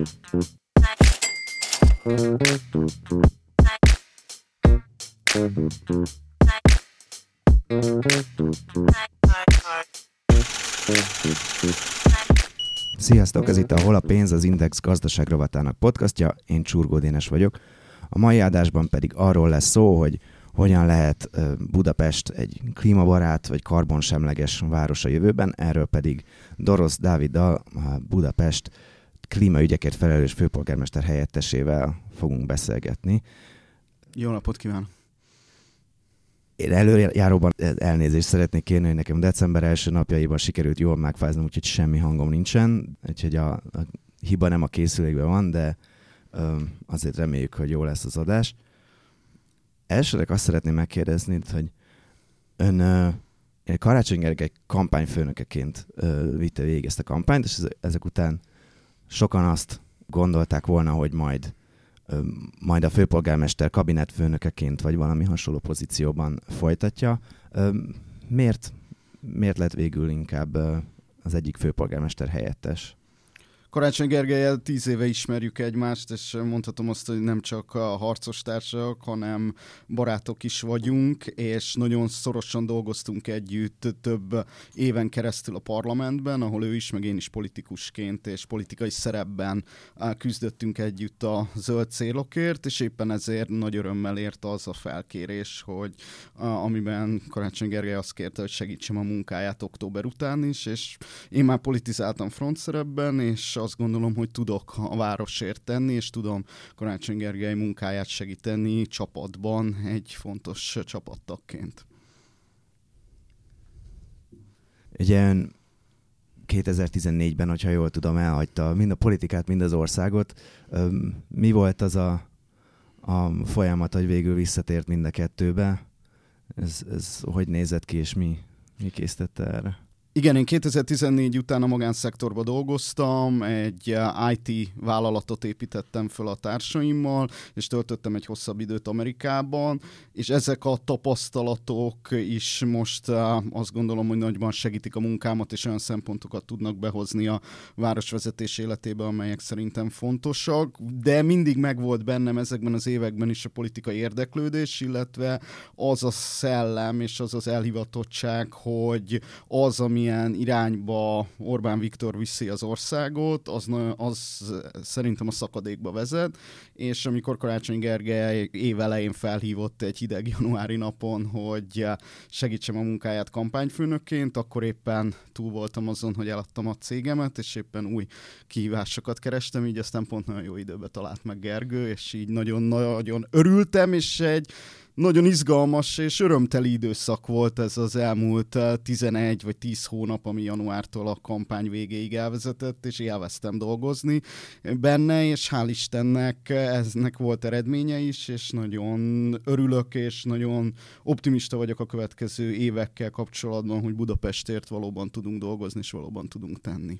Sziasztok, ez itt a Hol a pénz, az Index gazdaság rovatának podcastja, én Csurgó Dénes vagyok. A mai adásban pedig arról lesz szó, hogy hogyan lehet Budapest egy klímabarát vagy karbonsemleges város a jövőben, erről pedig Dorosz Dáviddal, a Budapest klímaügyekért felelős főpolgármester helyettesével fogunk beszélgetni. Jó napot kívánok! Én előjáróban elnézést szeretnék kérni, hogy nekem december első napjaiban sikerült jól megfáznom, úgyhogy semmi hangom nincsen, úgyhogy a hiba nem a készülékben van, de azért reméljük, hogy jó lesz az adás. Elsőleg azt szeretném megkérdezni, hogy ön Karácsony Gergely kampányfőnökeként vitte végig ezt a kampányt, és ezek után sokan azt gondolták volna, hogy majd a főpolgármester kabinetfőnökeként vagy valami hasonló pozícióban folytatja. Miért lett végül inkább az egyik főpolgármester helyettes? Karácsony Gergellyel 10 éve ismerjük egymást, és mondhatom azt, hogy nem csak a harcostársak, hanem barátok is vagyunk, és nagyon szorosan dolgoztunk együtt több éven keresztül a parlamentben, ahol ő is, meg én is politikusként és politikai szerepben küzdöttünk együtt a zöld célokért, és éppen ezért nagy örömmel ért az a felkérés, hogy amiben Karácsony Gergely azt kérte, hogy segítsem a munkáját október után is, és én már politizáltam frontszerepben, és azt gondolom, hogy tudok a városért tenni, és tudom Karácsony Gergely munkáját segíteni csapatban egy fontos csapattagként. Ugye ön 2014-ben, hogyha jól tudom, elhagyta mind a politikát, mind az országot. Mi volt az a folyamat, hogy végül visszatért mind a kettőbe? Ez hogy nézett ki, és mi késztette erre? Igen, én 2014 után a magánszektorban dolgoztam, egy IT vállalatot építettem föl a társaimmal, és töltöttem egy hosszabb időt Amerikában, és ezek a tapasztalatok is most azt gondolom, hogy nagyban segítik a munkámat, és olyan szempontokat tudnak behozni a városvezetés életébe, amelyek szerintem fontosak, de mindig megvolt bennem ezekben az években is a politikai érdeklődés, illetve az a szellem és az az elhivatottság, hogy az, amilyen irányba Orbán Viktor viszi az országot, az szerintem a szakadékba vezet, és amikor Karácsony Gergely évelején felhívott egy hideg januári napon, hogy segítsem a munkáját kampányfőnökként, akkor éppen túl voltam azon, hogy eladtam a cégemet, és éppen új kihívásokat kerestem, így aztán pont nagyon jó időbe talált meg Gergő, és így nagyon-nagyon örültem, és egy nagyon izgalmas és örömteli időszak volt ez az elmúlt 11 vagy 10 hónap, ami januártól a kampány végéig elvezetett, és élveztem dolgozni benne, és hál' Istennek eznek volt eredménye is, és nagyon örülök, és nagyon optimista vagyok a következő évekkel kapcsolatban, hogy Budapestért valóban tudunk dolgozni, és valóban tudunk tenni.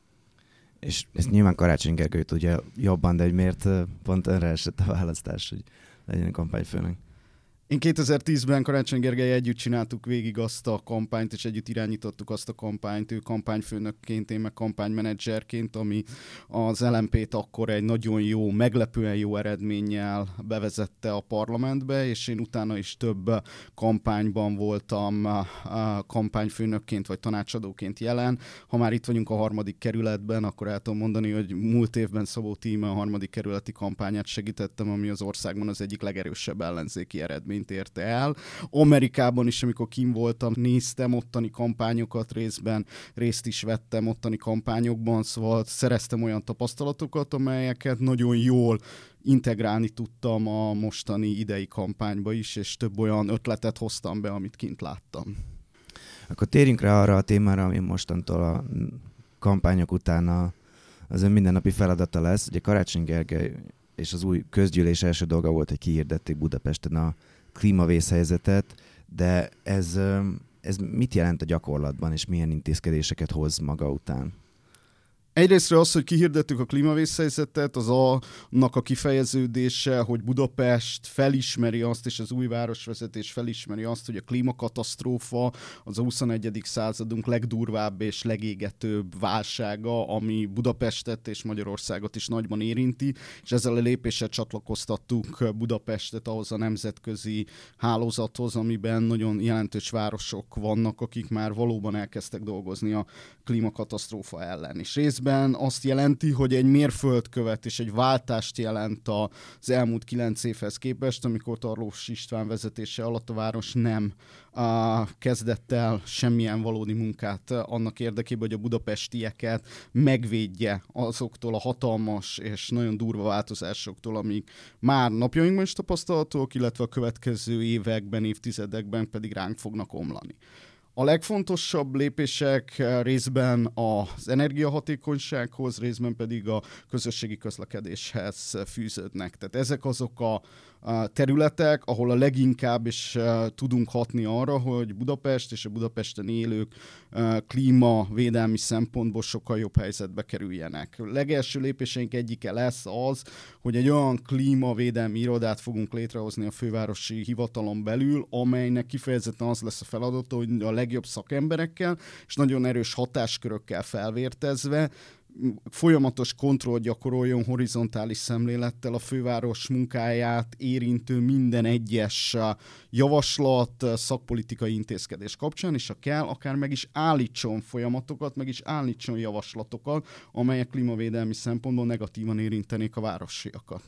És ezt nyilván Karácsony Gergely tudja jobban, de miért pont önre esett a választás, hogy legyen kampányfőnök? Én 2010-ben Karácsony Gergellyel együtt csináltuk végig azt a kampányt, és együtt irányítottuk azt a kampányt, ő kampányfőnökként, én meg kampánymenedzserként, ami az LMP-t akkor egy nagyon jó, meglepően jó eredménnyel bevezette a parlamentbe, és én utána is több kampányban voltam kampányfőnökként vagy tanácsadóként jelen. Ha már itt vagyunk a 3. kerületben, akkor el tudom mondani, hogy múlt évben Szabó Tíme a 3. kerületi kampányát segítettem, ami az országban az egyik legerősebb ellenzéki eredmény érte el. Amerikában is, amikor kint voltam, néztem ottani kampányokat részt is vettem ottani kampányokban, szóval szereztem olyan tapasztalatokat, amelyeket nagyon jól integrálni tudtam a mostani idei kampányba is, és több olyan ötletet hoztam be, amit kint láttam. Akkor térjünk rá arra a témára, ami mostantól a kampányok után az ön mindennapi feladata lesz. Ugye Karácsony Gergely és az új közgyűlés első dolga volt, hogy kihirdették Budapesten a klímavészhelyzetet, de ez mit jelent a gyakorlatban, és milyen intézkedéseket hoz maga után? Egyrésztről az, hogy kihirdettük a klímavészhelyzetet, annak a kifejeződése, hogy Budapest felismeri azt, és az új városvezetés felismeri azt, hogy a klímakatasztrófa az a 21. századunk legdurvább és legégetőbb válsága, ami Budapestet és Magyarországot is nagyban érinti, és ezzel a lépéssel csatlakoztattuk Budapestet ahhoz a nemzetközi hálózathoz, amiben nagyon jelentős városok vannak, akik már valóban elkezdtek dolgozni a klímakatasztrófa ellen. És részben azt jelenti, hogy egy mérföldkövet és egy váltást jelent az elmúlt 9 évhez képest, amikor Tarlós István vezetése alatt a város nem kezdett el semmilyen valódi munkát annak érdekében, hogy a budapestieket megvédje azoktól a hatalmas és nagyon durva változásoktól, amik már napjainkban is tapasztalhatók, illetve a következő években, évtizedekben pedig ránk fognak omlani. A legfontosabb lépések részben az energiahatékonysághoz, részben pedig a közösségi közlekedéshez fűződnek. Tehát ezek azok a területek, ahol a leginkább is tudunk hatni arra, hogy Budapest és a Budapesten élők klímavédelmi szempontból sokkal jobb helyzetbe kerüljenek. Legelső lépéseink egyike lesz az, hogy egy olyan klímavédelmi irodát fogunk létrehozni a fővárosi hivatalon belül, amelynek kifejezetten az lesz a feladata, hogy a legjobb szakemberekkel és nagyon erős hatáskörökkel felvértezve folyamatos kontroll gyakoroljon horizontális szemlélettel a főváros munkáját érintő minden egyes javaslat, szakpolitikai intézkedés kapcsán, és ha kell, akár meg is állítson folyamatokat, meg is állítson javaslatokat, amelyek klímavédelmi szempontból negatívan érintenék a városiakat.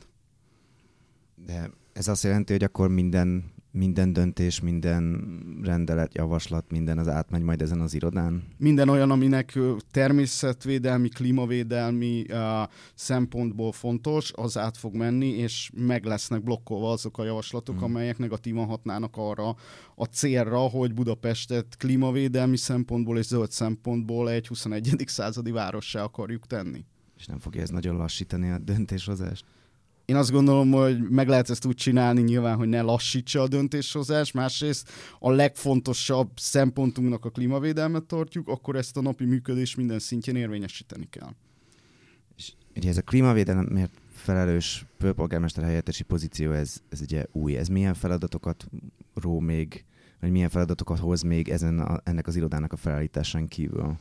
De ez azt jelenti, hogy akkor minden döntés, minden rendelet, javaslat, minden az átmegy majd ezen az irodán? Minden olyan, aminek természetvédelmi, klímavédelmi szempontból fontos, az át fog menni, és meg lesznek blokkolva azok a javaslatok, amelyek negatívan hatnának arra a célra, hogy Budapestet klímavédelmi szempontból és zöld szempontból egy 21. századi várossá akarjuk tenni. És nem fogja ez nagyon lassítani a döntéshozást? Én azt gondolom, hogy meg lehet ezt úgy csinálni nyilván, hogy ne lassítsa a döntéshozás, másrészt a legfontosabb szempontunknak a klímavédelmet tartjuk, akkor ezt a napi működés minden szintjén érvényesíteni kell. És ugye ez a klímavédelemért felelős főpolgármester helyettesi pozíció, ez ugye új. Ez milyen feladatokat ró még, vagy milyen feladatokat hoz még ennek az irodának a felállításán kívül?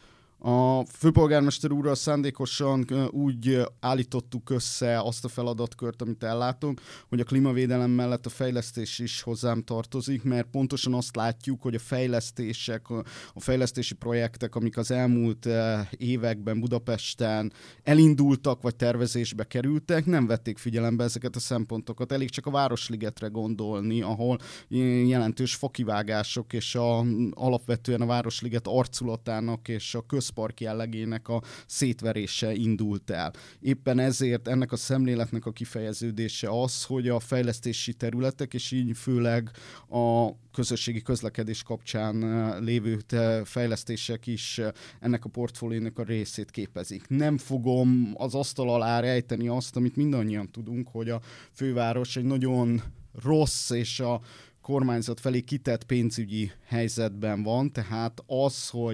A főpolgármester úrral szándékosan úgy állítottuk össze azt a feladatkört, amit ellátunk, hogy a klímavédelem mellett a fejlesztés is hozzám tartozik, mert pontosan azt látjuk, hogy a fejlesztések, a fejlesztési projektek, amik az elmúlt években Budapesten elindultak, vagy tervezésbe kerültek, nem vették figyelembe ezeket a szempontokat. Elég csak a Városligetre gondolni, ahol jelentős fakivágások és alapvetően a Városliget arculatának és a közpark jellegének a szétverése indult el. Éppen ezért ennek a szemléletnek a kifejeződése az, hogy a fejlesztési területek, és így főleg a közösségi közlekedés kapcsán lévő fejlesztések is ennek a portfóliónak a részét képezik. Nem fogom az asztal alá rejteni azt, amit mindannyian tudunk, hogy a főváros egy nagyon rossz és a kormányzat felé kitett pénzügyi helyzetben van, tehát az, hogy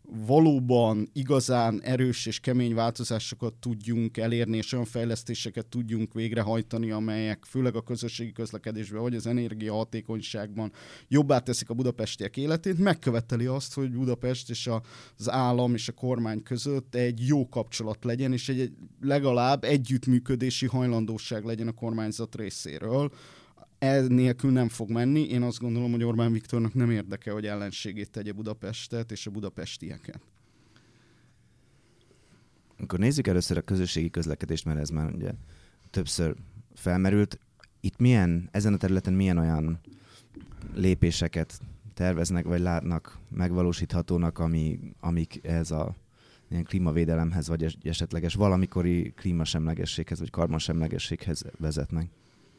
valóban igazán erős és kemény változásokat tudjunk elérni, és olyan fejlesztéseket tudjunk végrehajtani, amelyek főleg a közösségi közlekedésben vagy az energiahatékonyságban jobbá teszik a budapestiek életét, megköveteli azt, hogy Budapest és az állam és a kormány között egy jó kapcsolat legyen, és egy legalább együttműködési hajlandóság legyen a kormányzat részéről. Nélkül nem fog menni. Én azt gondolom, hogy Orbán Viktornak nem érdeke, hogy ellenségét tegye Budapestet és a budapestieket. Akkor nézzük először a közösségi közlekedést, mert ez már ugye többször felmerült. Itt ezen a területen milyen olyan lépéseket terveznek, vagy látnak megvalósíthatónak, amik ez a ilyen klímavédelemhez, vagy esetleges valamikori klímasemlegességhez, vagy karbonsemlegességhez vezetnek?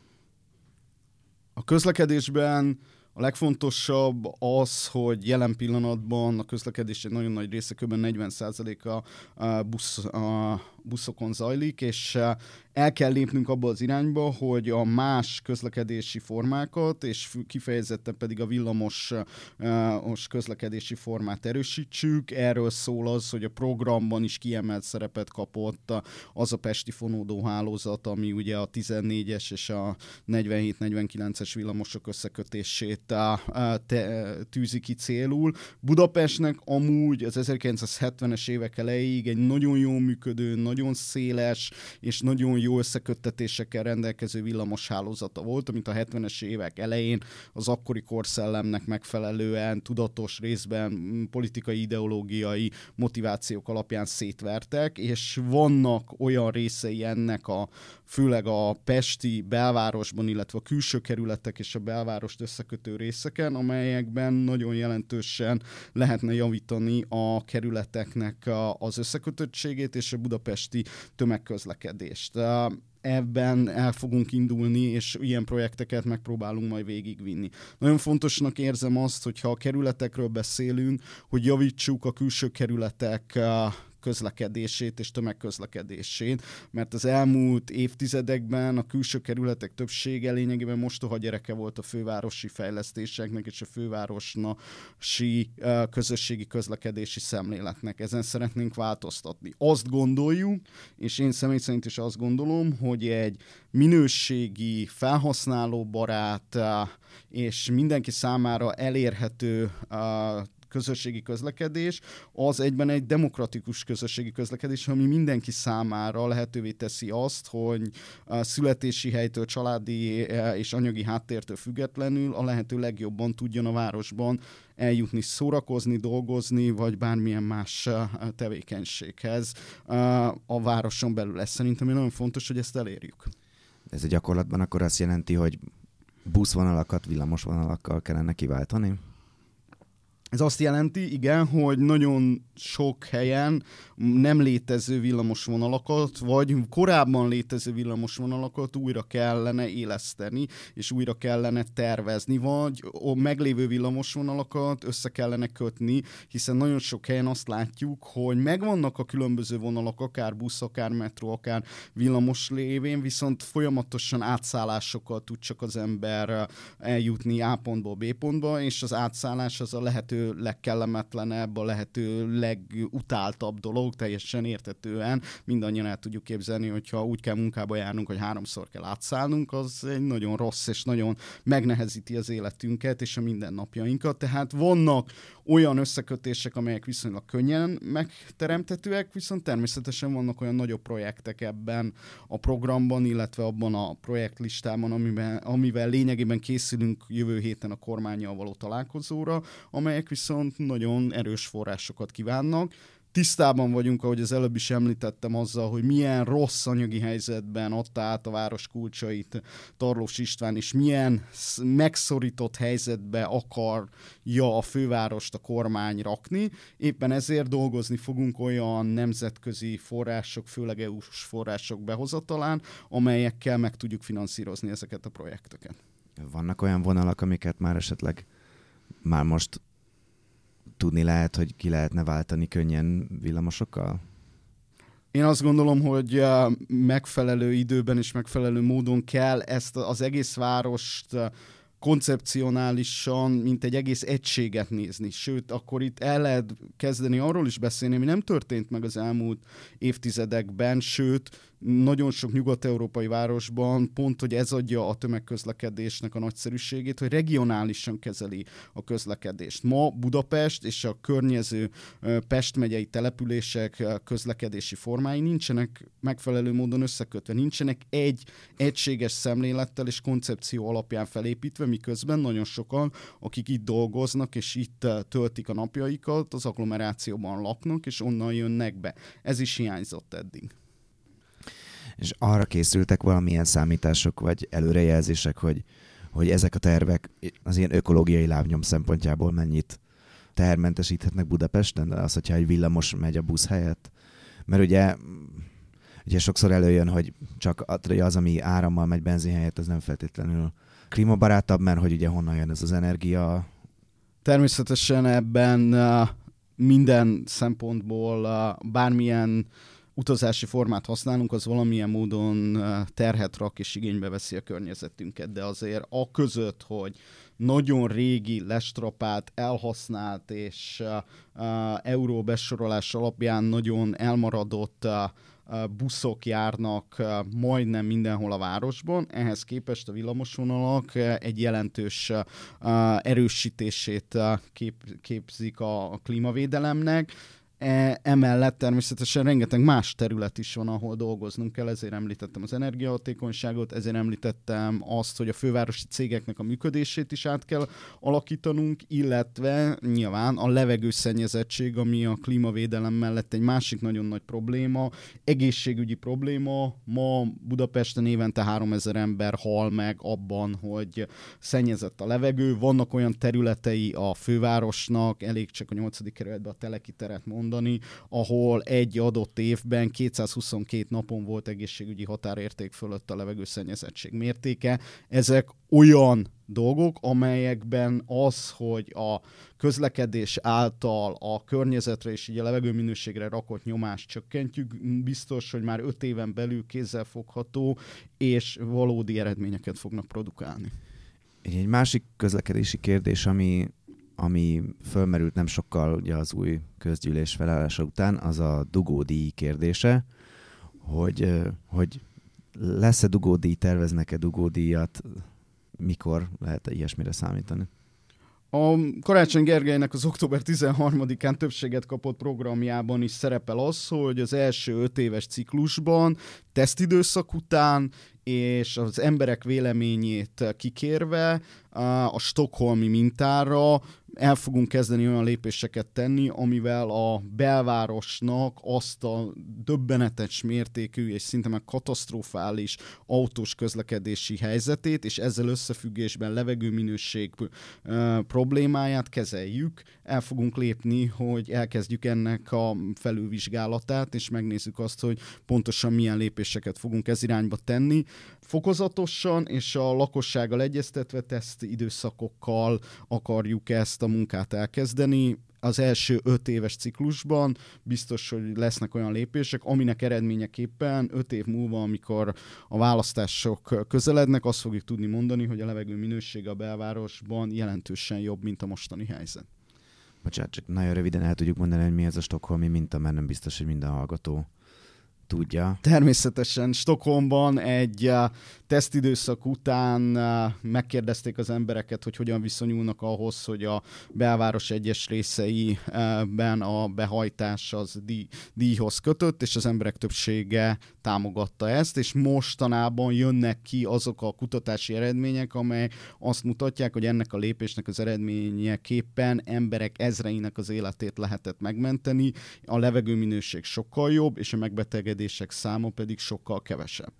A közlekedésben a legfontosabb az, hogy jelen pillanatban a közlekedés egy nagyon nagy része, kb. 40%-a buszokon zajlik, és el kell lépnünk abba az irányba, hogy a más közlekedési formákat, és kifejezetten pedig a villamos közlekedési formát erősítsük. Erről szól az, hogy a programban is kiemelt szerepet kapott az a pesti fonódóhálózat, ami ugye a 14-es és a 47-49-es villamosok összekötését tűzi ki célul. Budapestnek amúgy az 1970-es évek elejéig egy nagyon jól működő, nagyon széles és nagyon jó összeköttetésekkel rendelkező villamos hálózata volt, amit a 70-es évek elején az akkori korszellemnek megfelelően tudatos részben politikai, ideológiai motivációk alapján szétvertek, és vannak olyan részei ennek főleg a pesti belvárosban, illetve a külső kerületek és a belvárost összekötő részeken, amelyekben nagyon jelentősen lehetne javítani a kerületeknek az összekötöttségét és a budapesti tömegközlekedést. Ebben el fogunk indulni, és ilyen projekteket megpróbálunk majd végigvinni. Nagyon fontosnak érzem azt, hogyha a kerületekről beszélünk, hogy javítsuk a külső kerületek közlekedését és tömegközlekedését, mert az elmúlt évtizedekben a külső kerületek többsége lényegében mostoha gyereke volt a fővárosi fejlesztéseknek és a fővárosi közösségi közlekedési szemléletnek. Ezen szeretnénk változtatni. Azt gondoljuk, és én személy szerint is azt gondolom, hogy egy minőségi, felhasználóbarát és mindenki számára elérhető közösségi közlekedés, az egyben egy demokratikus közösségi közlekedés, ami mindenki számára lehetővé teszi azt, hogy a születési helytől, családi és anyagi háttértől függetlenül a lehető legjobban tudjon a városban eljutni, szórakozni, dolgozni, vagy bármilyen más tevékenységhez a városon belül. Ez szerintem nagyon fontos, hogy ezt elérjük. Ez a gyakorlatban akkor azt jelenti, hogy buszvonalakat villamosvonalakkal kellene kiváltani? Ez azt jelenti, igen, hogy nagyon sok helyen nem létező villamosvonalakat, vagy korábban létező villamosvonalakat újra kellene éleszteni, és újra kellene tervezni, vagy a meglévő villamosvonalakat össze kellene kötni, hiszen nagyon sok helyen azt látjuk, hogy megvannak a különböző vonalak, akár busz, akár metró, akár villamos lévén, viszont folyamatosan átszállásokkal tud csak az ember eljutni A pontból B pontba, és az átszállás az a lehető legkellemetlenebb, a lehető legutáltabb dolog, teljesen értetően. Mindannyian el tudjuk képzelni, hogyha úgy kell munkába járnunk, hogy 3-szor kell átszállnunk, az egy nagyon rossz és nagyon megnehezíti az életünket és a mindennapjainkat. Tehát vannak olyan összekötések, amelyek viszonylag könnyen megteremthetőek, viszont természetesen vannak olyan nagyobb projektek ebben a programban, illetve abban a projektlistában, amivel lényegében készülünk jövő héten a kormánnyal való találkozóra, amelyek viszont nagyon erős forrásokat kívánnak. Tisztában vagyunk, ahogy az előbb is említettem azzal, hogy milyen rossz anyagi helyzetben adta át a város kulcsait Tarlós István, és milyen megszorított helyzetbe akarja a fővárost a kormány rakni. Éppen ezért dolgozni fogunk olyan nemzetközi források, főleg EU-s források behozatalán, amelyekkel meg tudjuk finanszírozni ezeket a projekteket. Vannak olyan vonalak, amiket már esetleg már most tudni lehet, hogy ki lehetne váltani könnyen villamosokkal? Én azt gondolom, hogy megfelelő időben és megfelelő módon kell ezt az egész várost koncepcionálisan, mint egy egész egységet nézni. Sőt, akkor itt el lehet kezdeni arról is beszélni, ami nem történt meg az elmúlt évtizedekben, sőt, nagyon sok nyugat-európai városban pont, hogy ez adja a tömegközlekedésnek a nagyszerűségét, hogy regionálisan kezeli a közlekedést. Ma Budapest és a környező Pest megyei települések közlekedési formái nincsenek megfelelő módon összekötve, nincsenek egy egységes szemlélettel és koncepció alapján felépítve, miközben nagyon sokan, akik itt dolgoznak és itt töltik a napjaikat, az agglomerációban laknak, és onnan jönnek be. Ez is hiányzott eddig. És arra készültek valamilyen számítások, vagy előrejelzések, hogy ezek a tervek az ilyen ökológiai lábnyom szempontjából mennyit tehermentesíthetnek Budapesten, de az, hogyha egy villamos megy a busz helyett. Mert ugye sokszor előjön, hogy csak az, ami árammal megy benzin helyett, az nem feltétlenül klímabarátabb, mert hogy ugye honnan jön ez az energia. Természetesen ebben minden szempontból bármilyen utazási formát használunk, az valamilyen módon terhet rak és igénybe veszi a környezetünket, de azért a között, hogy nagyon régi, lestrapált, elhasznált és euró besorolás alapján nagyon elmaradott buszok járnak majdnem mindenhol a városban, ehhez képest a villamosvonalak egy jelentős erősítését képzik a klímavédelemnek. Emellett természetesen rengeteg más terület is van, ahol dolgoznunk kell, ezért említettem az energiahatékonyságot, ezért említettem azt, hogy a fővárosi cégeknek a működését is át kell alakítanunk, illetve nyilván a levegőszennyezettség, ami a klímavédelem mellett egy másik nagyon nagy probléma, egészségügyi probléma. Ma Budapesten évente 3000 ember hal meg abban, hogy szennyezett a levegő. Vannak olyan területei a fővárosnak, elég csak a 8. kerületben a Teleki teret mondani, ahol egy adott évben 222 napon volt egészségügyi határérték fölött a levegőszennyezettség mértéke. Ezek olyan dolgok, amelyekben az, hogy a közlekedés által a környezetre és így a levegőminőségre rakott nyomást csökkentjük, biztos, hogy már 5 éven belül kézzelfogható és valódi eredményeket fognak produkálni. Egy másik közlekedési kérdés, ami fölmerült nem sokkal ugye az új közgyűlés felállása után, az a dugódíj kérdése, hogy lesz-e dugódíj, terveznek-e dugódíjat, mikor lehet ilyesmire számítani? A Karácsony Gergelynek az október 13-án többséget kapott programjában is szerepel az, hogy az első 5 éves ciklusban tesztidőszak után és az emberek véleményét kikérve a stockholmi mintára el fogunk kezdeni olyan lépéseket tenni, amivel a belvárosnak azt a döbbenetes mértékű és szinte meg katasztrofális autós közlekedési helyzetét, és ezzel összefüggésben levegőminőség problémáját kezeljük. El fogunk lépni, hogy elkezdjük ennek a felülvizsgálatát, és megnézzük azt, hogy pontosan milyen lépéseket fogunk ez irányba tenni. Fokozatosan és a lakossággal egyeztetve teszt időszakokkal akarjuk ezt a munkát elkezdeni. Az első 5 éves ciklusban biztos, hogy lesznek olyan lépések, aminek eredményeképpen 5 év múlva, amikor a választások közelednek, azt fogjuk tudni mondani, hogy a levegő minősége a belvárosban jelentősen jobb, mint a mostani helyzet. Bocsánat, csak nagyon röviden el tudjuk mondani, hogy mi ez a stockholmi minta, mert nem biztos, hogy minden hallgató tudja. Természetesen Stockholmban egy tesztidőszak után megkérdezték az embereket, hogy hogyan viszonyulnak ahhoz, hogy a belváros egyes részeiben a behajtás az díjhoz kötött, és az emberek többsége támogatta ezt, és mostanában jönnek ki azok a kutatási eredmények, amely azt mutatják, hogy ennek a lépésnek az eredményeképpen emberek ezreinek az életét lehetett megmenteni, a levegőminőség sokkal jobb, és a megbetegedések száma pedig sokkal kevesebb.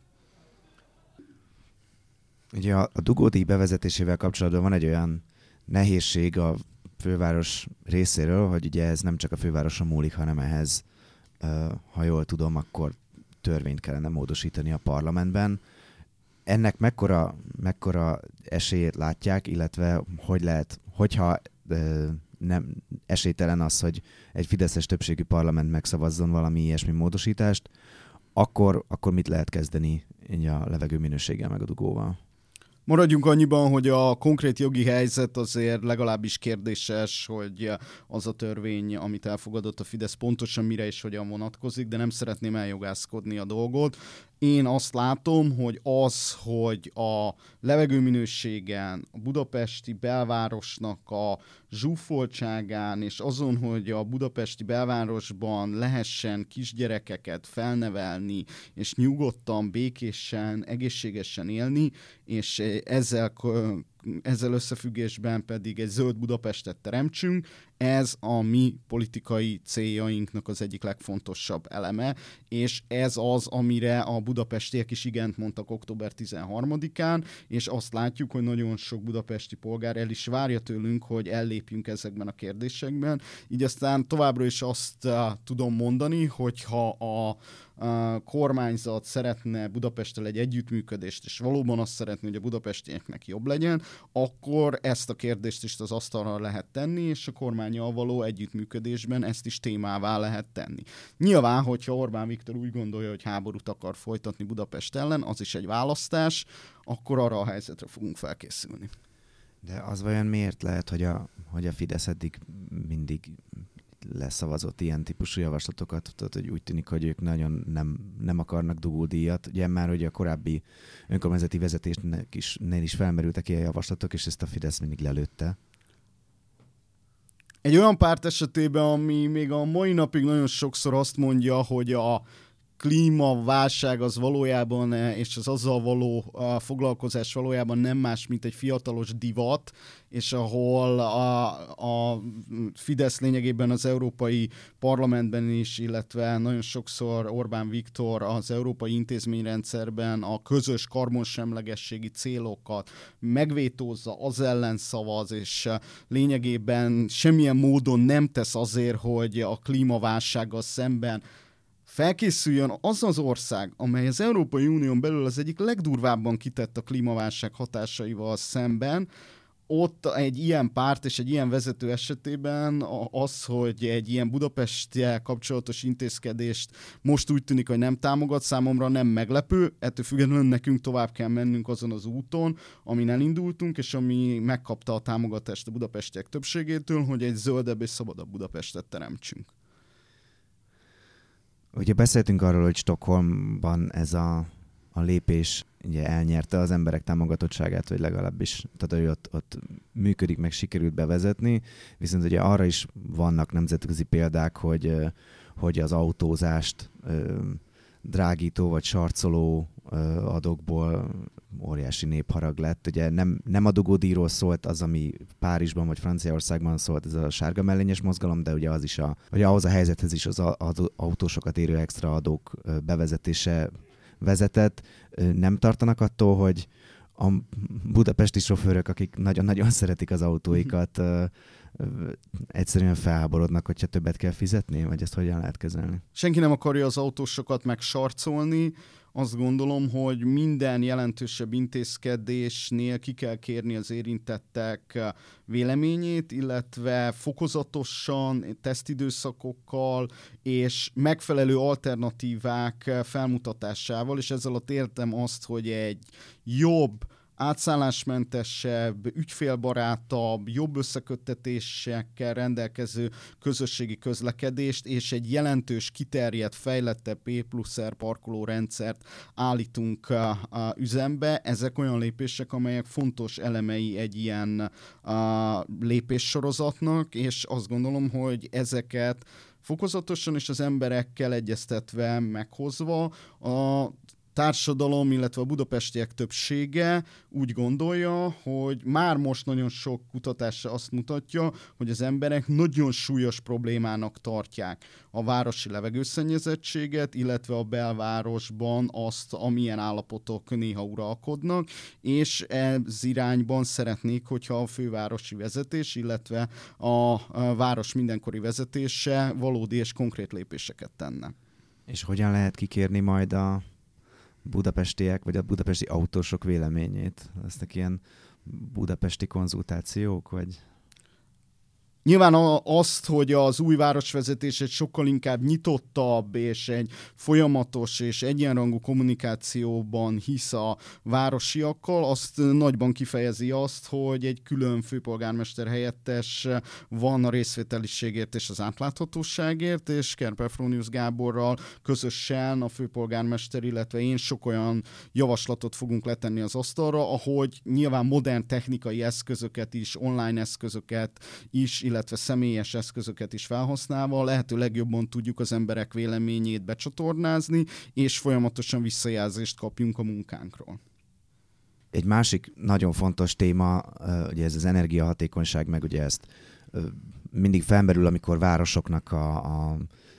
Ugye a dugódíj bevezetésével kapcsolatban van egy olyan nehézség a főváros részéről, hogy ugye ez nem csak a fővároson múlik, hanem ehhez, ha jól tudom, akkor törvényt kellene módosítani a parlamentben. Ennek mekkora esélyét látják, illetve hogy lehet, hogyha nem esélytelen az, hogy egy fideszes többségű parlament megszavazzon valami ilyesmi módosítást, akkor mit lehet kezdeni a levegő minőséggel meg a dugóval? Maradjunk annyiban, hogy a konkrét jogi helyzet azért legalábbis kérdéses, hogy az a törvény, amit elfogadott a Fidesz, pontosan mire és hogyan vonatkozik, de nem szeretném eljogászkodni a dolgot. Én azt látom, hogy a levegőminőségen, a budapesti belvárosnak a zsúfoltságán, és azon, hogy a budapesti belvárosban lehessen kisgyerekeket felnevelni, és nyugodtan, békésen, egészségesen élni, és ezzel összefüggésben pedig egy zöld Budapestet teremtsünk, ez a mi politikai céljainknak az egyik legfontosabb eleme, és ez az, amire a budapestiek is igent mondtak október 13-án, és azt látjuk, hogy nagyon sok budapesti polgár el is várja tőlünk, hogy ellépjünk ezekben a kérdésekben. Így aztán továbbra is azt tudom mondani, hogyha a kormányzat szeretne Budapesttel egy együttműködést, és valóban azt szeretné, hogy a budapestieknek jobb legyen, akkor ezt a kérdést is az asztalra lehet tenni, és a kormánnyal való együttműködésben ezt is témává lehet tenni. Nyilván, hogyha Orbán Viktor úgy gondolja, hogy háborút akar folytatni Budapest ellen, az is egy választás, akkor arra a helyzetre fogunk felkészülni. De az vajon miért lehet, hogy a Fidesz eddig mindig leszavazott ilyen típusú javaslatokat, tehát hogy úgy tűnik, hogy ők nagyon nem akarnak dugódíjat. Ugye már hogy a korábbi önkormányzati vezetésnek is felmerültek ilyen javaslatok, és ezt a Fidesz mindig lelőtte. Egy olyan párt esetében, ami még a mai napig nagyon sokszor azt mondja, hogy a klímaválság az valójában, és az azzal való foglalkozás valójában nem más, mint egy fiatalos divat, és ahol a Fidesz lényegében az Európai Parlamentben is, illetve nagyon sokszor Orbán Viktor az európai intézményrendszerben a közös karbonsemlegességi célokat megvétózza, az ellen szavaz, és lényegében semmilyen módon nem tesz azért, hogy a klímaválsággal szemben felkészüljön az az ország, amely az Európai Unión belül az egyik legdurvábban kitett a klímaválság hatásaival szemben. Ott egy ilyen párt és egy ilyen vezető esetében az, hogy egy ilyen Budapesttel kapcsolatos intézkedést most úgy tűnik, hogy nem támogat, számomra nem meglepő. Ettől függetlenül nekünk tovább kell mennünk azon az úton, amin elindultunk, és ami megkapta a támogatást a budapestiek többségétől, hogy egy zöldebb és szabadabb Budapestet teremtsünk. Ugye beszéltünk arról, hogy Stockholmban ez a lépés ugye elnyerte az emberek támogatottságát, vagy legalábbis, tehát hogy ott működik, meg sikerült bevezetni, viszont ugye arra is vannak nemzetközi példák, hogy az autózást drágító vagy sarcoló adókból óriási népharag lett. Ugye nem a dugódíjról szólt az, ami Párizsban vagy Franciaországban szólt, ez a sárga mellényes mozgalom, de ugye az is hogy ahhoz a helyzethez is az autósokat érő extra adók bevezetése vezetett. Nem tartanak attól, hogy a budapesti sofőrök, akik nagyon-nagyon szeretik az autóikat, egyszerűen felháborodnak, hogyha többet kell fizetni, vagy ezt hogyan lehet kezelni? Senki nem akarja az autósokat megsarcolni. Azt gondolom, hogy minden jelentősebb intézkedésnél ki kell kérni az érintettek véleményét, illetve fokozatosan, tesztidőszakokkal és megfelelő alternatívák felmutatásával, és ezzel alatt értem azt, hogy egy jobb, átszállásmentesebb, ügyfélbarátabb, jobb összeköttetésekkel rendelkező közösségi közlekedést és egy jelentős, kiterjedt, fejlettebb P+R parkolórendszert állítunk üzembe. Ezek olyan lépések, amelyek fontos elemei egy ilyen lépéssorozatnak, és azt gondolom, hogy ezeket fokozatosan és az emberekkel egyeztetve, meghozva a társadalom, illetve a budapestiek többsége úgy gondolja, hogy már most nagyon sok kutatás azt mutatja, hogy az emberek nagyon súlyos problémának tartják a városi levegőszennyezettséget, illetve a belvárosban azt, amilyen állapotok néha uralkodnak, és ez irányban szeretnék, hogyha a fővárosi vezetés, illetve a város mindenkori vezetése valódi és konkrét lépéseket tenne. És hogyan lehet kikérni majd a budapestiek, vagy a budapesti autósok véleményét? Lesznek ilyen budapesti konzultációk, vagy? Nyilván azt, hogy az új városvezetés egy sokkal inkább nyitottabb és egy folyamatos és egyenrangú kommunikációban hisz a városiakkal, azt nagyban kifejezi azt, hogy egy külön főpolgármester helyettes van a részvételiségért és az átláthatóságért, és Kerper Fronius Gáborral közösen a főpolgármester, illetve én sok olyan javaslatot fogunk letenni az asztalra, ahogy nyilván modern technikai eszközöket is, online eszközöket is, illetve személyes eszközöket is felhasználva lehető legjobban tudjuk az emberek véleményét becsatornázni, és folyamatosan visszajelzést kapjunk a munkánkról. Egy másik nagyon fontos téma, ugye ez az energiahatékonyság, meg ugye ezt mindig felmerül, amikor városoknak a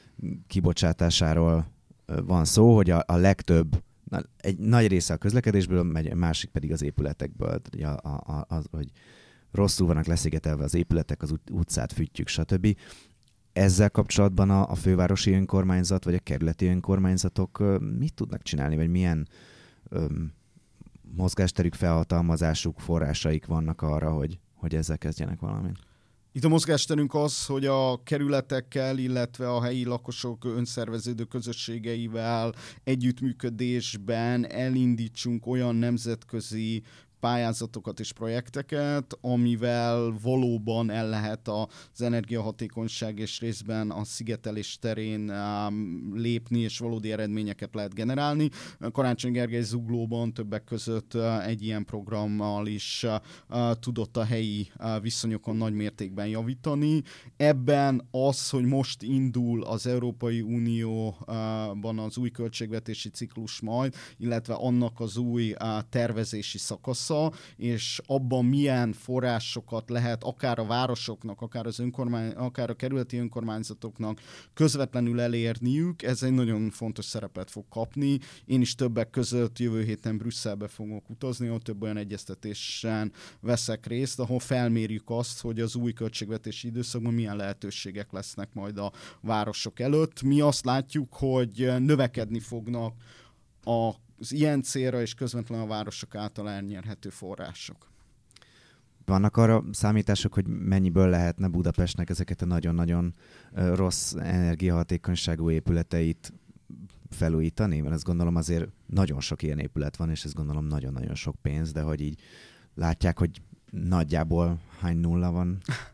kibocsátásáról van szó, hogy a legtöbb, egy nagy része a közlekedésből megy, másik pedig az épületekből, hogy rosszul vannak leszigetelve az épületek, az utcát fűtjük, stb. ezzel kapcsolatban a fővárosi önkormányzat vagy a kerületi önkormányzatok mit tudnak csinálni, vagy milyen mozgásterük, felhatalmazásuk, forrásaik vannak arra, hogy ezzel kezdjenek valamit? Itt a mozgásterünk az, hogy a kerületekkel, illetve a helyi lakosok önszerveződő közösségeivel együttműködésben elindítsunk olyan nemzetközi pályázatokat és projekteket, amivel valóban el lehet az energiahatékonyság és részben a szigetelés terén lépni, és valódi eredményeket lehet generálni. Karácsony Gergely Zuglóban többek között egy ilyen programmal is tudott a helyi viszonyokon nagy mértékben javítani. Ebben az, hogy most indul az Európai Unióban az új költségvetési ciklus majd, illetve annak az új tervezési szakasz, és abban milyen forrásokat lehet akár a városoknak, akár a kerületi önkormányzatoknak közvetlenül elérniük, ez egy nagyon fontos szerepet fog kapni. Én is többek között jövő héten Brüsszelbe fogok utazni, ott több olyan egyeztetésen veszek részt, ahol felmérjük azt, hogy az új költségvetési időszakban milyen lehetőségek lesznek majd a városok előtt. Mi azt látjuk, hogy növekedni fognak az ilyen célra és közvetlenül a városok által elnyerhető források. Vannak arra számítások, hogy mennyiből lehetne Budapestnek ezeket a nagyon-nagyon rossz energiahatékonyságú épületeit felújítani? Mert azt gondolom azért nagyon sok ilyen épület van, és ezt gondolom nagyon-nagyon sok pénz, de hogy így látják, hogy nagyjából hány nulla van?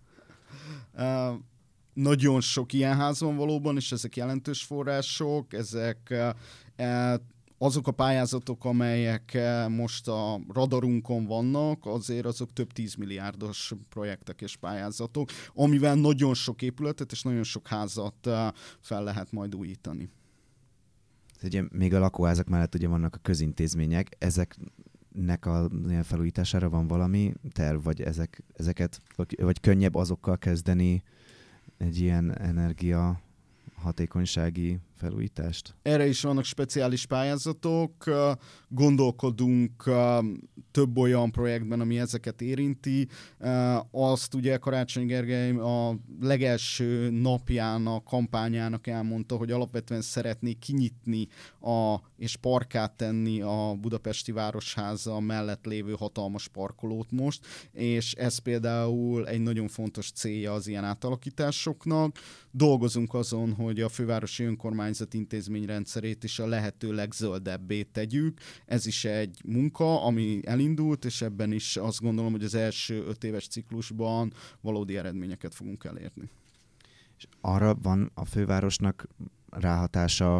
Nagyon sok ilyen ház van valóban, és ezek jelentős források, ezek azok a pályázatok, amelyek most a radarunkon vannak, azért azok több 10 milliárdos projektek és pályázatok, amivel nagyon sok épületet és nagyon sok házat fel lehet majd újítani. Ugye még a lakóházak mellett ugye vannak a közintézmények, ezeknek a felújítására van valami terv, vagy ezeket, vagy könnyebb azokkal kezdeni egy ilyen energia hatékonysági felújítást? Erre is vannak speciális pályázatok, gondolkodunk több olyan projektben, ami ezeket érinti. Azt ugye Karácsony Gergely a legelső napján a kampányának elmondta, hogy alapvetően szeretné kinyitni és parkát tenni a budapesti Városháza mellett lévő hatalmas parkolót most, és ez például egy nagyon fontos célja az ilyen átalakításoknak. Dolgozunk azon, hogy a fővárosi önkormányzat intézményrendszerét is a lehető legzöldebbé tegyük. Ez is egy munka, ami elindult, és ebben is azt gondolom, hogy az első 5 éves ciklusban valódi eredményeket fogunk elérni. És arra van a fővárosnak ráhatása,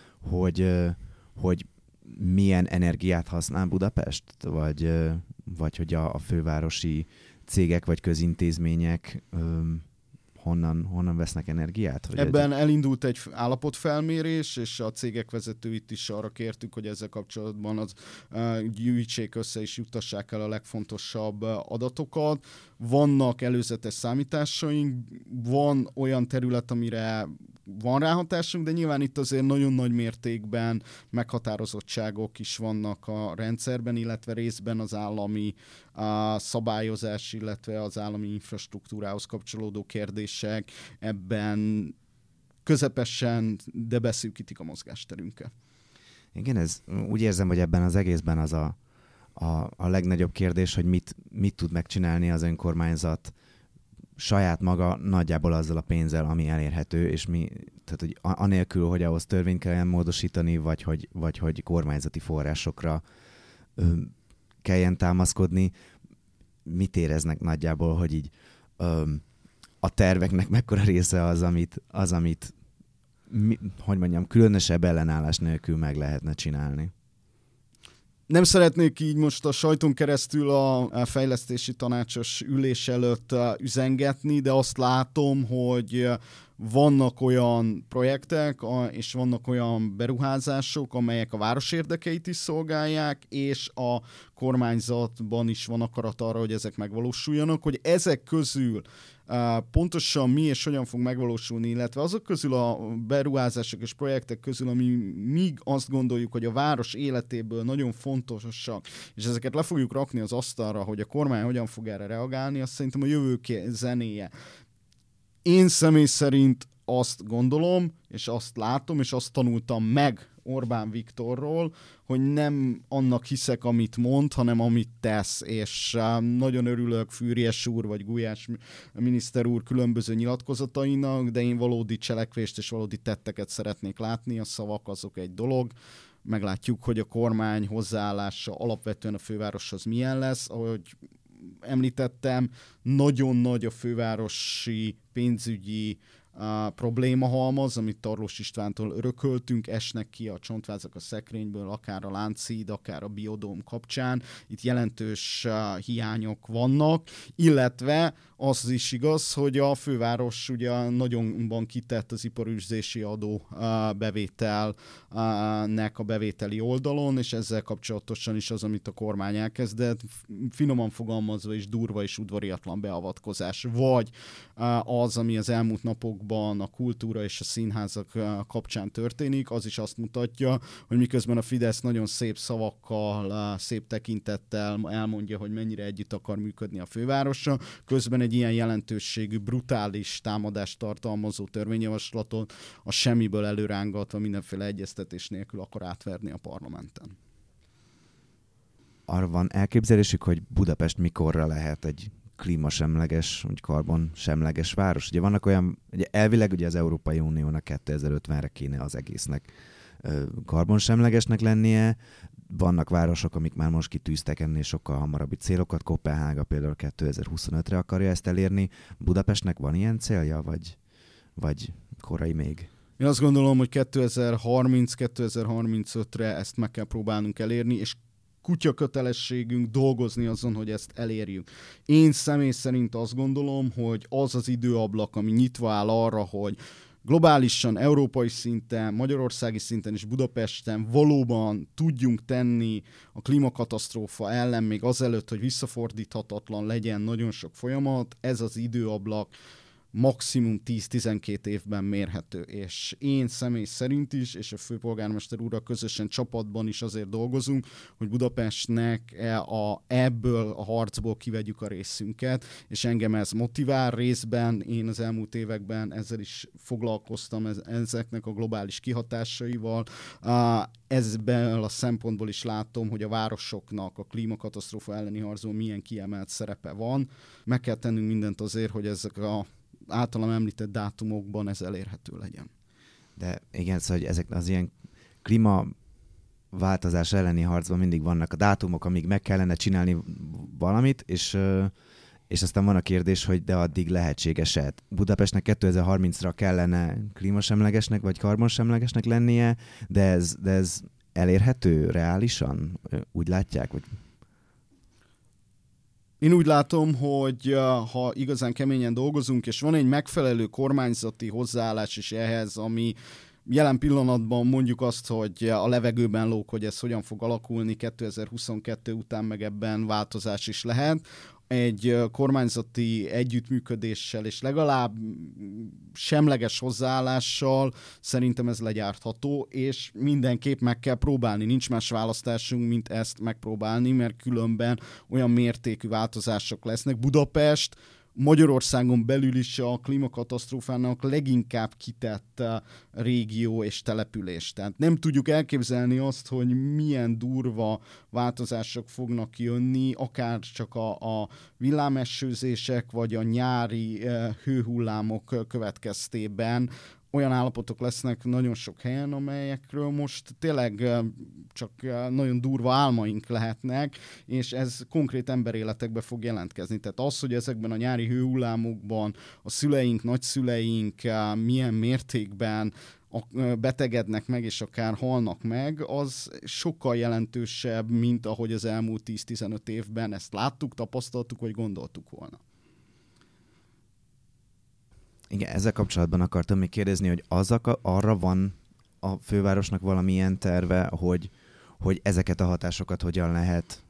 hogy milyen energiát használ Budapest? Vagy hogy a fővárosi cégek vagy közintézmények honnan vesznek energiát? Ebben elindult egy állapotfelmérés, és a cégek vezetőit is arra kértük, hogy ezzel kapcsolatban gyűjtsék össze és juttassák el a legfontosabb adatokat. Vannak előzetes számításaink, van olyan terület, amire van ráhatásunk, de nyilván itt azért nagyon nagy mértékben meghatározottságok is vannak a rendszerben, illetve részben az állami szabályozás, illetve az állami infrastruktúrához kapcsolódó kérdések ebben közepesen, de beszűkítik a mozgásterünket. Igen, úgy érzem, hogy ebben az egészben az a legnagyobb kérdés, hogy mit tud megcsinálni az önkormányzat saját maga nagyjából azzal a pénzzel, ami elérhető, és tehát hogy anélkül, hogy ahhoz törvényt kelljen módosítani, vagy hogy kormányzati forrásokra kelljen támaszkodni. Mit éreznek nagyjából, hogy így a terveknek mekkora része az, amit hogy mondjam, különösebb ellenállás nélkül meg lehetne csinálni? Nem szeretnék így most a sajton keresztül a fejlesztési tanácsos ülés előtt üzengetni, de azt látom, hogy vannak olyan projektek, és vannak olyan beruházások, amelyek a város érdekeit is szolgálják, és a kormányzatban is van akarat arra, hogy ezek megvalósuljanak, hogy ezek közül pontosan mi és hogyan fog megvalósulni, illetve azok közül a beruházások és projektek közül, ami míg azt gondoljuk, hogy a város életéből nagyon fontosak, és ezeket le fogjuk rakni az asztalra, hogy a kormány hogyan fog erre reagálni, azt szerintem a jövő zenéje. Én személy szerint azt gondolom, és azt látom, és azt tanultam meg Orbán Viktorról, hogy nem annak hiszek, amit mond, hanem amit tesz, és nagyon örülök Füriyes úr, vagy Gulyás miniszter úr különböző nyilatkozatainak, de én valódi cselekvést és valódi tetteket szeretnék látni, a szavak azok egy dolog, meglátjuk, hogy a kormány hozzáállása alapvetően a fővároshoz milyen lesz, ahogy említettem, nagyon nagy a fővárosi pénzügyi problémahalmaz, amit Tarlós Istvántól örököltünk, esnek ki a csontvázak a szekrényből, akár a Lánchíd, akár a Biodóm kapcsán. Itt jelentős hiányok vannak, illetve az is igaz, hogy a főváros ugye nagyonban kitett az iparűzési adó bevételnek a bevételi oldalon, és ezzel kapcsolatosan is az, amit a kormány elkezdett, finoman fogalmazva is durva és udvariatlan beavatkozás, vagy az, ami az elmúlt napokban a kultúra és a színházak kapcsán történik, az is azt mutatja, hogy miközben a Fidesz nagyon szép szavakkal, szép tekintettel elmondja, hogy mennyire együtt akar működni a fővárosra, közben egy ilyen jelentőségű, brutális támadást tartalmazó törvényjavaslatot a semmiből előrángatva mindenféle egyeztetés nélkül akar átverni a parlamenten. Arra van elképzelésük, hogy Budapest mikorra lehet egy klímasemleges, vagy karbonsemleges város? Ugye vannak olyan, ugye elvileg ugye az Európai Uniónak 2050-re kéne az egésznek karbonsemlegesnek lennie. Vannak városok, amik már most kitűztek ennél sokkal hamarabbi célokat. Koppenhága például 2025-re akarja ezt elérni. Budapestnek van ilyen célja, vagy korai még? Én azt gondolom, hogy 2030-2035-re ezt meg kell próbálnunk elérni, és kutya kötelességünk dolgozni azon, hogy ezt elérjük. Én személy szerint azt gondolom, hogy az az időablak, ami nyitva áll arra, hogy globálisan, európai szinten, magyarországi szinten és Budapesten valóban tudjunk tenni a klímakatasztrófa ellen még azelőtt, hogy visszafordíthatatlan legyen nagyon sok folyamat, ez az időablak maximum 10-12 évben mérhető, és én személy szerint is, és a főpolgármester úrral közösen csapatban is azért dolgozunk, hogy Budapestnek ebből a harcból kivegyük a részünket, és engem ez motivál részben, én az elmúlt években ezzel is foglalkoztam, ezeknek a globális kihatásaival. Ezben a szempontból is látom, hogy a városoknak a klímakatasztrófa elleni harcban milyen kiemelt szerepe van. Meg kell tennünk mindent azért, hogy ezek a általam említett dátumokban ez elérhető legyen. De igen, szóval hogy ezek az ilyen klímaváltozás elleni harcban mindig vannak a dátumok, amíg meg kellene csinálni valamit, és aztán van a kérdés, hogy de addig lehetséges-e. Budapestnek 2030-ra kellene klímasemlegesnek vagy karbonsemlegesnek lennie, de ez elérhető reálisan? Úgy látják? Vagy... Én úgy látom, hogy ha igazán keményen dolgozunk, és van egy megfelelő kormányzati hozzáállás is ehhez, ami jelen pillanatban mondjuk azt, hogy a levegőben lóg, hogy ez hogyan fog alakulni 2022 után, meg ebben változás is lehet, egy kormányzati együttműködéssel és legalább semleges hozzáállással szerintem ez legyártható, és mindenképp meg kell próbálni. Nincs más választásunk, mint ezt megpróbálni, mert különben olyan mértékű változások lesznek. Budapest Magyarországon belül is a klímakatasztrófának leginkább kitett régió és település. Tehát nem tudjuk elképzelni azt, hogy milyen durva változások fognak jönni, akár csak a villámesőzések, vagy a nyári hőhullámok következtében. Olyan állapotok lesznek nagyon sok helyen, amelyekről most tényleg csak nagyon durva álmaink lehetnek, és ez konkrét emberéletekbe fog jelentkezni. Tehát az, hogy ezekben a nyári hőhullámokban a szüleink, nagyszüleink milyen mértékben betegednek meg, és akár halnak meg, az sokkal jelentősebb, mint ahogy az elmúlt 10-15 évben ezt láttuk, tapasztaltuk, vagy gondoltuk volna. Igen, ezzel kapcsolatban akartam még kérdezni, hogy arra van a fővárosnak valamilyen terve, hogy ezeket a hatásokat hogyan lehet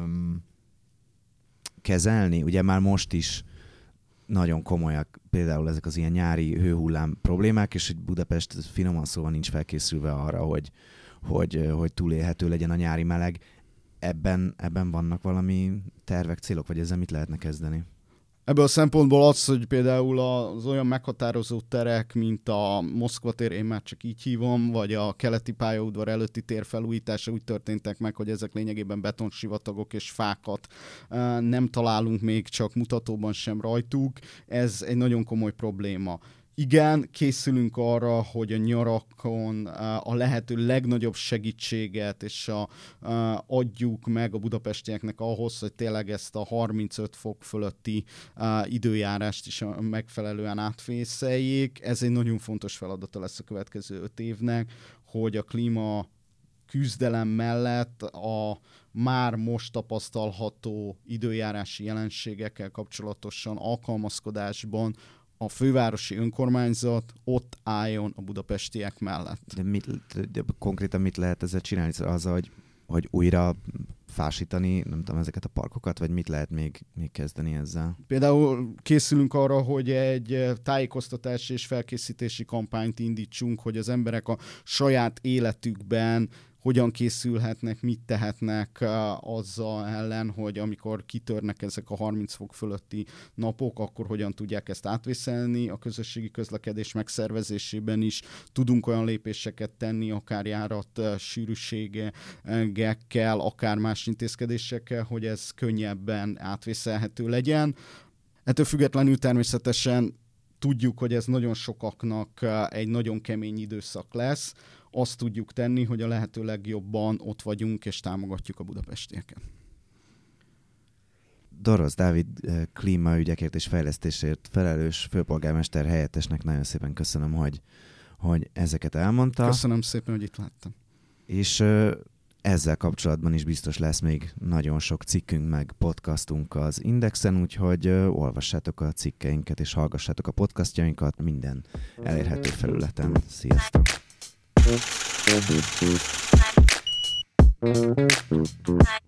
kezelni. Ugye már most is nagyon komolyak például ezek az ilyen nyári hőhullám problémák, és hogy Budapest finoman szóval nincs felkészülve arra, hogy túlélhető legyen a nyári meleg. Ebben vannak valami tervek, célok, vagy ezzel mit lehetne kezdeni? Ebből a szempontból az, hogy például az olyan meghatározó terek, mint a Moszkva tér, én már csak így hívom, vagy a keleti pályaudvar előtti tér felújítása úgy történtek meg, hogy ezek lényegében betonsivatagok és fákat nem találunk még csak mutatóban sem rajtuk. Ez egy nagyon komoly probléma. Igen, készülünk arra, hogy a nyarakon a lehető legnagyobb segítséget és adjuk meg a budapestieknek ahhoz, hogy tényleg ezt a 35 fok fölötti időjárást is megfelelően átvészeljék. Ez egy nagyon fontos feladata lesz a következő 5 évnek, hogy a klíma küzdelem mellett a már most tapasztalható időjárási jelenségekkel kapcsolatosan alkalmazkodásban a fővárosi önkormányzat ott álljon a budapestiek mellett. De konkrétan mit lehet ezzel csinálni? Azzal, hogy újra fásítani, nem tudom, ezeket a parkokat, vagy mit lehet még kezdeni ezzel? Például készülünk arra, hogy egy tájékoztatási és felkészítési kampányt indítsunk, hogy az emberek a saját életükben hogyan készülhetnek, mit tehetnek azzal ellen, hogy amikor kitörnek ezek a 30 fok fölötti napok, akkor hogyan tudják ezt átvészelni. A közösségi közlekedés megszervezésében is tudunk olyan lépéseket tenni, akár járat sűrűségekkel, akár más intézkedésekkel, hogy ez könnyebben átvészelhető legyen. Ettől függetlenül természetesen tudjuk, hogy ez nagyon sokaknak egy nagyon kemény időszak lesz. Azt tudjuk tenni, hogy a lehető legjobban ott vagyunk, és támogatjuk a budapestieket. Dorosz Dávid klímaügyekért és fejlesztésért felelős főpolgármester helyettesnek nagyon szépen köszönöm, hogy ezeket elmondta. Köszönöm szépen, hogy itt láttam. És ezzel kapcsolatban is biztos lesz még nagyon sok cikkünk meg podcastunk az Indexen, úgyhogy olvassátok a cikkeinket és hallgassátok a podcastjainkat minden elérhető felületen. Sziasztok! Thank you.